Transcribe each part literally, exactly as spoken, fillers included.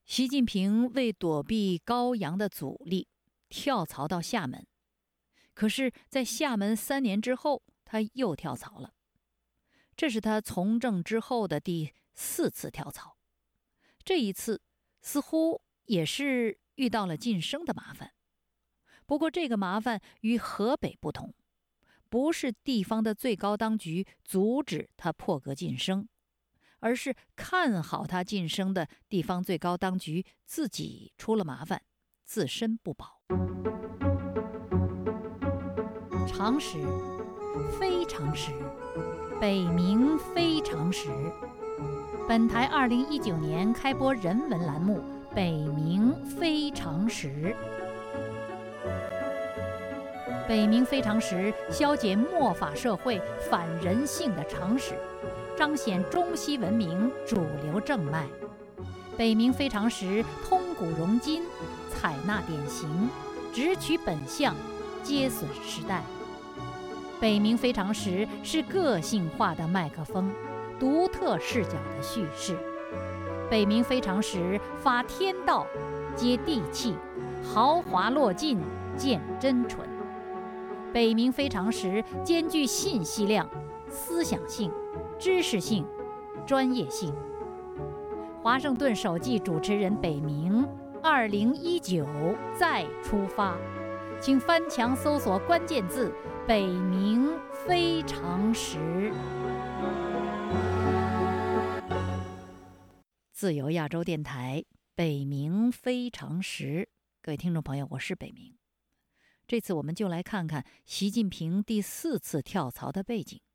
习近平为躲避高阳的阻力，跳槽到厦门。可是，在厦门三年之后，他又跳槽了。这是他从政之后的第四次跳槽。这一次似乎也是遇到了晋升的麻烦。不过，这个麻烦与河北不同，不是地方的最高当局阻止他破格晋升，而是看好他晋升的地方最高当局自己出了麻烦，自身不保。常识，非常识，北冥非常识。本台二零一九年开播人文栏目《北冥非常识》。北冥非常识消解末法社会反人性的常识，彰显中西文明主流正脉。北冥非常识通古融今，采纳典型，直取本相，接损时代。北冥非常识是个性化的麦克风，独特视角的叙事。北冥非常识发天道，接地气，豪华落尽，见真纯。北冥非常识兼具信息量、思想性、知识性、专业性。华盛顿首季主持人北冥，二零一九再出发，请翻墙搜索关键字“北冥非常识”。自由亚洲电台北冥非常识，各位听众朋友，我是北冥。这次我们就来看看习近平第四次跳槽的背景。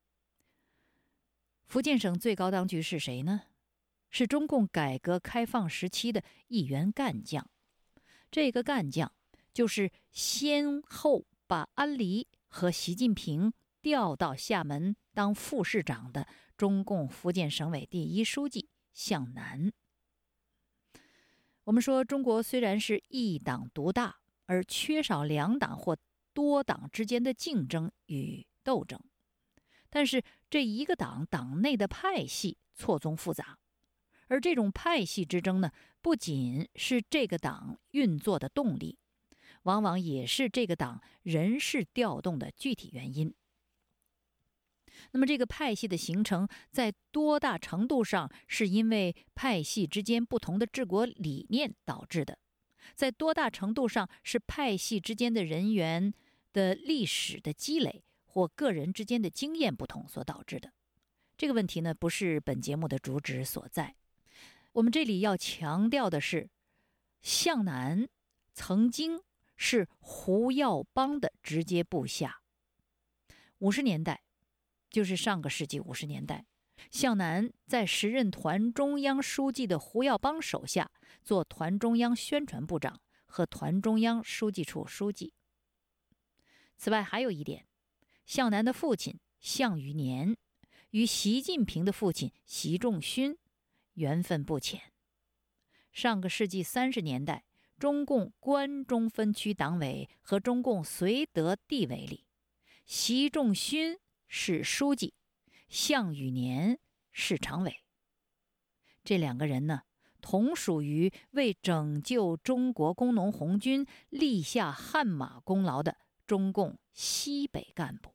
福建省最高当局是谁呢？是中共改革开放时期的一员干将。这个干将就是先后把安黎和习近平调到厦门当副市长的中共福建省委第一书记向南。我们说，中国虽然是一党独大，而缺少两党或多党之间的竞争与斗争，但是这一个党党内的派系错综复杂，而这种派系之争呢，不仅是这个党运作的动力，往往也是这个党人事调动的具体原因。那么这个派系的形成，在多大程度上是因为派系之间不同的治国理念导致的？在多大程度上是派系之间的人员的历史的积累或个人之间的经验不同所导致的？这个问题呢，不是本节目的主旨所在。我们这里要强调的是，向南曾经是胡耀邦的直接部下。五十年代，就是上个世纪五十年代，向南在时任团中央书记的胡耀邦手下做团中央宣传部长和团中央书记处书记。此外还有一点，向南的父亲项羽年与习近平的父亲习仲勋缘分不浅。上个世纪三十年代，中共关中分区党委和中共绥德地委里，习仲勋是书记，项羽年是常委。这两个人呢，同属于为拯救中国工农红军立下汗马功劳的中共西北干部。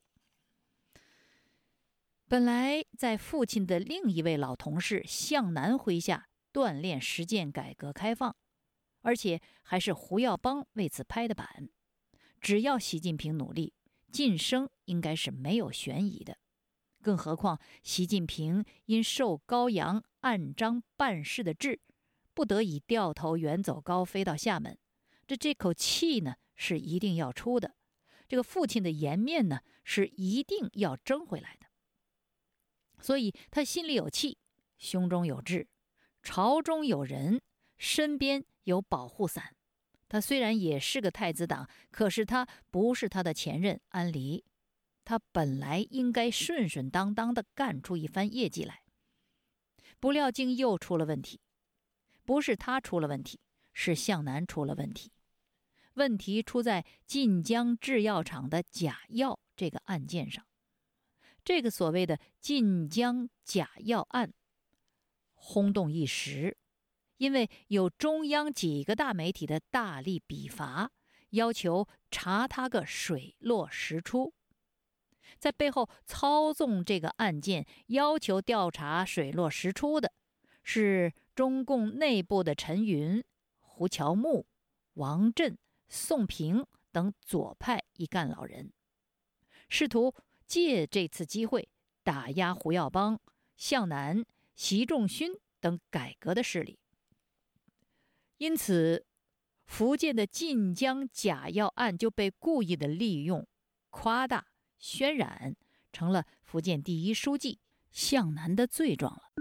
本来在父亲的另一位老同事向南麾下锻炼实践改革开放，而且还是胡耀邦为此拍的板。只要习近平努力，晋升应该是没有悬疑的。更何况习近平因受高阳按章办事的制，不得已掉头远走高飞到厦门，这这口气呢是一定要出的，这个父亲的颜面呢是一定要争回来的。所以他心里有气，胸中有志，朝中有人，身边有保护伞。他虽然也是个太子党，可是他不是他的前任安黎，他本来应该顺顺当当地干出一番业绩来。不料竟又出了问题，不是他出了问题，是向南出了问题。问题出在晋江制药厂的假药这个案件上。这个所谓的晋江假药案轰动一时， 因为有中央几个大媒体的大力笔伐，要求查他个水落石出。在背后操纵这个案件，要求调查水落石出的，是中共内部的陈云、胡乔木、王震、宋平等左派一干老人，试图借这次机会打压胡耀邦、向南、习仲勋等改革的势力。因此，福建的晋江假药案就被故意的利用、夸大、渲染，成了福建第一书记向南的罪状了。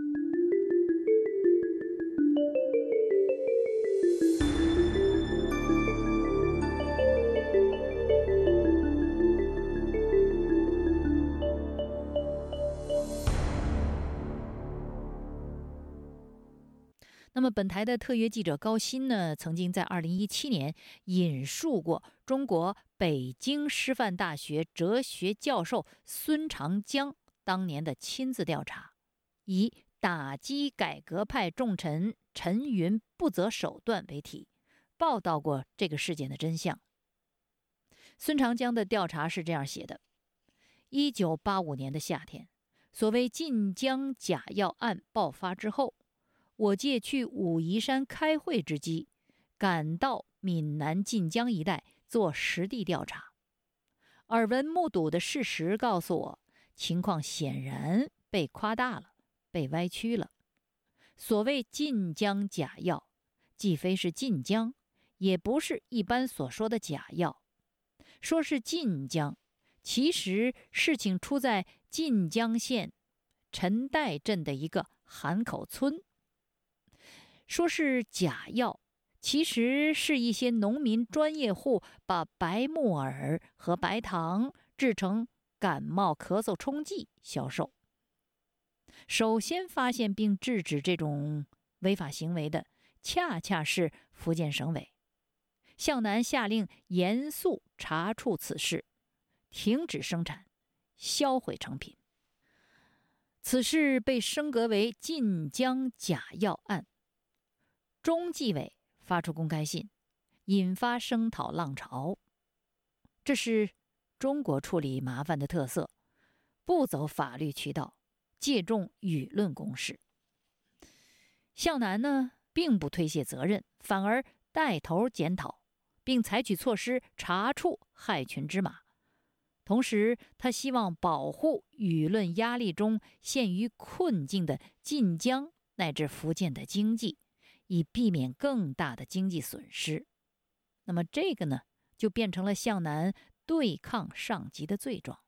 那么本台的特约记者高鑫呢，曾经在二零一七年引述过中国北京师范大学哲学教授孙长江当年的亲自调查，以打击改革派重臣陈云不择手段为题，报道过这个事件的真相。孙长江的调查是这样写的：一九八五年的夏天，所谓晋江假药案爆发之后，我借去武夷山开会之机，赶到闽南晋江一带做实地调查。耳闻目睹的事实告诉我，情况显然被夸大了，被歪曲了。所谓晋江假药，既非是晋江，也不是一般所说的假药。说是晋江，其实事情出在晋江县陈岱镇的一个韩口村。说是假药，其实是一些农民专业户把白木耳和白糖制成感冒咳嗽冲剂销售。首先发现并制止这种违法行为的，恰恰是福建省委。向南下令严肃查处此事，停止生产，销毁成品。此事被升格为晋江假药案。中纪委发出公开信，引发声讨浪潮。这是中国处理麻烦的特色，不走法律渠道，借重舆论攻势。向南呢，并不推卸责任，反而带头检讨，并采取措施查处害群之马。同时，他希望保护舆论压力中陷于困境的晋江乃至福建的经济，以避免更大的经济损失。那么这个呢，就变成了向南对抗上级的罪状。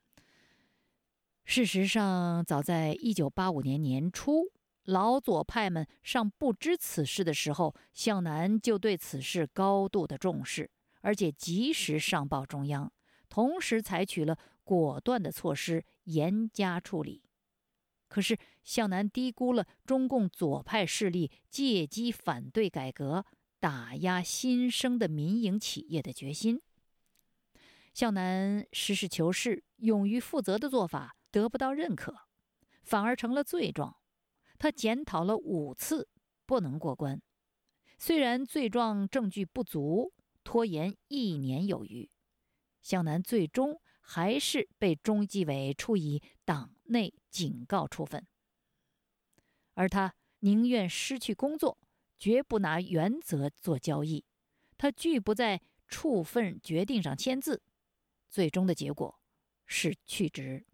事实上，早在一九八五年年初，老左派们尚不知此事的时候，向南就对此事高度的重视，而且及时上报中央，同时采取了果断的措施，严加处理。可是向南低估了中共左派势力借机反对改革、打压新生的民营企业的决心。向南实事求是、勇于负责的做法得不到认可，反而成了罪状。他检讨了五次，不能过关。虽然罪状证据不足，拖延一年有余，向南最终还是被中纪委处以党内警告处分。而他宁愿失去工作，绝不拿原则做交易。他拒不在处分决定上签字，最终的结果是去职。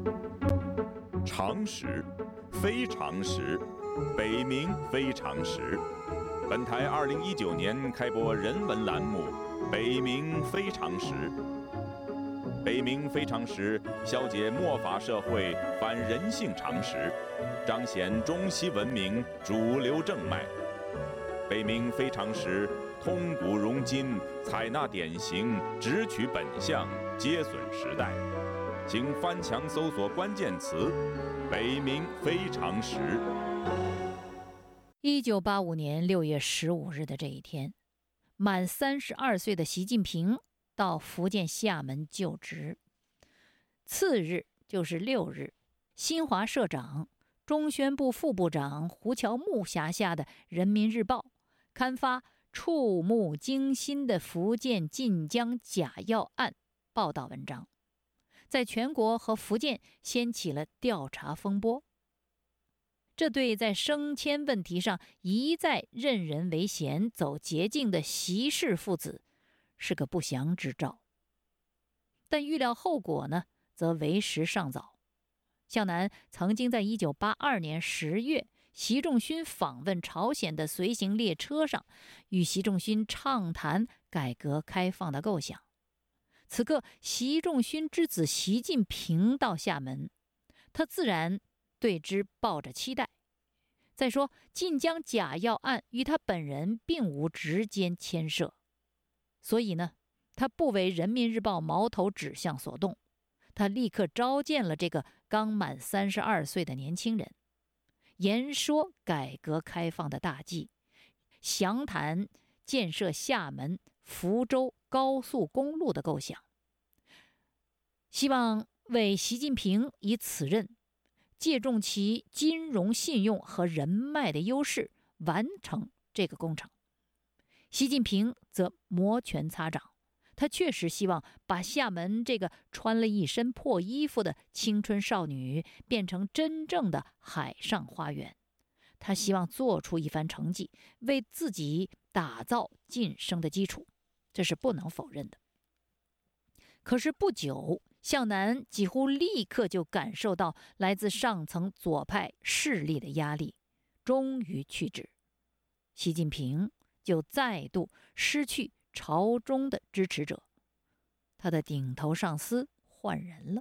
常识，非常识，北冥非常识。本台二零一九年开播人文栏目《北冥非常识》。北冥非常识消解末法社会反人性常识，彰显中西文明主流正脉。北冥非常识通古融今，采纳典型，直取本相，皆损时代。请翻墙搜索关键词“北冥非常识”。 一九八五年六月十五日的这一天，满三十二岁的习近平到福建厦门就职。次日就是六日，新华社长、 中宣部副部长胡乔木辖下的《人民日报》刊发触目惊心的福建晋江假药案报道文章，在全国和福建掀起了调查风波。这对在升迁问题上一再任人唯贤、走捷径的习氏父子是个不祥之兆。但预料后果呢，则为时尚早。向南曾经在一九八二年十月，习仲勋访问朝鲜的随行列车上，与习仲勋畅谈改革开放的构想。此刻，习仲勋之子习近平到厦门，他自然对之抱着期待。再说，晋江假药案与他本人并无直接牵涉，所以呢，他不为《人民日报》矛头指向所动。他立刻召见了这个刚满三十二岁的年轻人，言说改革开放的大计，详谈建设厦门、福州高速公路的构想，希望为习近平以此任借重其金融信用和人脉的优势完成这个工程。习近平则摩拳擦掌，他确实希望把厦门这个穿了一身破衣服的青春少女变成真正的海上花园。他希望做出一番成绩，为自己打造晋升的基础，这是不能否认的。可是不久，向南几乎立刻就感受到来自上层左派势力的压力，终于去职。习近平就再度失去朝中的支持者，他的顶头上司换人了。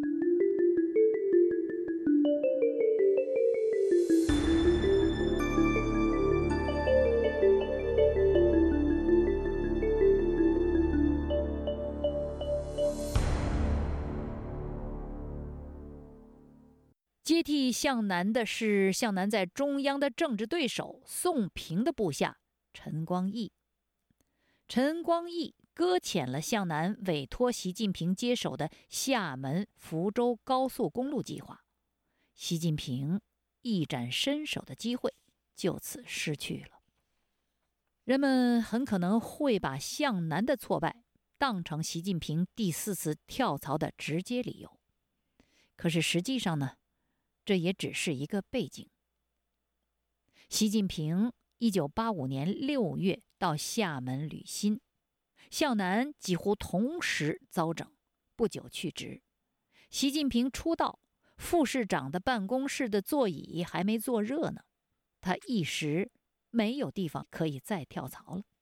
接替向南的是向南在中央的政治对手宋平的部下陈光义。陈光义搁浅了向南委托习近平接手的厦门福州高速公路计划，习近平一展身手的机会就此失去了。人们很可能会把向南的挫败当成习近平第四次跳槽的直接理由，可是实际上呢，这也只是一个背景。习近平一九八五年六月到厦门履新，向南几乎同时遭整，不久去职。习近平初到，副市长的办公室的座椅还没坐热呢，他一时没有地方可以再跳槽了。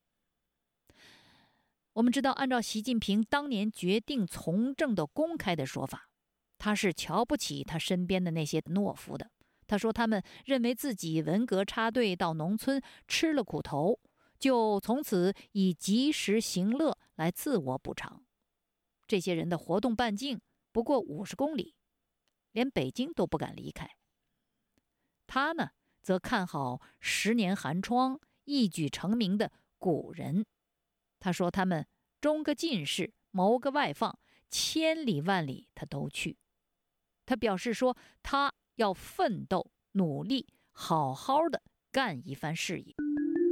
我们知道，按照习近平当年决定从政的公开的说法，他是瞧不起他身边的那些懦夫的。他说他们认为自己文革插队到农村吃了苦头，就从此以及时行乐来自我补偿。这些人的活动半径不过五十公里，连北京都不敢离开。他呢，则看好十年寒窗一举成名的古人。他说他们中个进士，谋个外放，千里万里他都去。他表示说，他要奋斗努力，好好的干一番事业。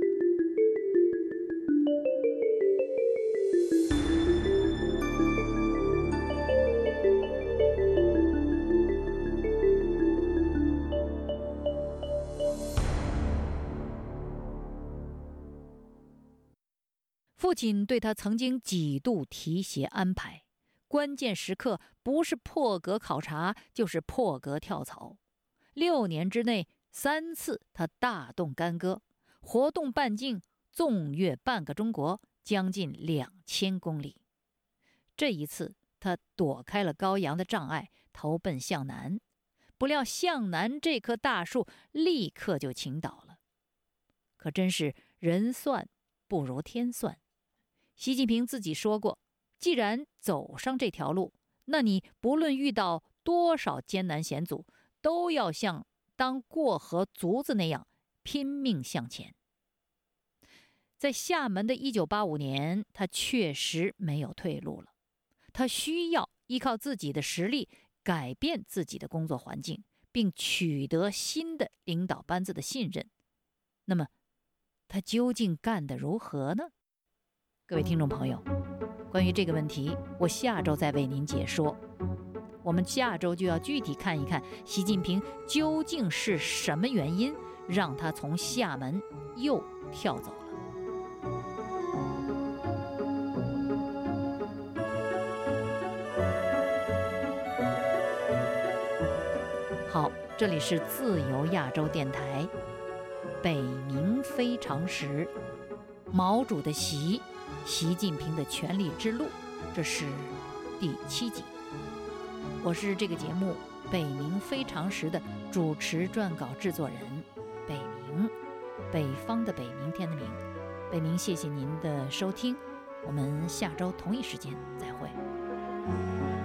父亲对他曾经几度提携安排，关键时刻不是破格考察，就是破格跳槽。六年之内三次他大动干戈，活动半径纵越半个中国，将近两千公里。这一次他躲开了高阳的障碍，投奔向南，不料向南这棵大树立刻就倾倒了。可真是人算不如天算。习近平自己说过，既然走上这条路，那你不论遇到多少艰难险阻，都要像当过河卒子那样拼命向前。在厦门的一九八五年，他确实没有退路了。他需要依靠自己的实力改变自己的工作环境， 并取得新的领导班子的信任。那么，他究竟干得如何呢？各位听众朋友，关于这个问题，我下周再为您解说。我们下周就要具体看一看习近平究竟是什么原因让他从厦门又跳走了。好，这里是自由亚洲电台，北冥非常时，毛主的习，习近平的权力之路，这是第七集。我是这个节目北冥非常时的主持撰稿制作人北冥，北方的北，明天的明。北冥，谢谢您的收听，我们下周同一时间再会。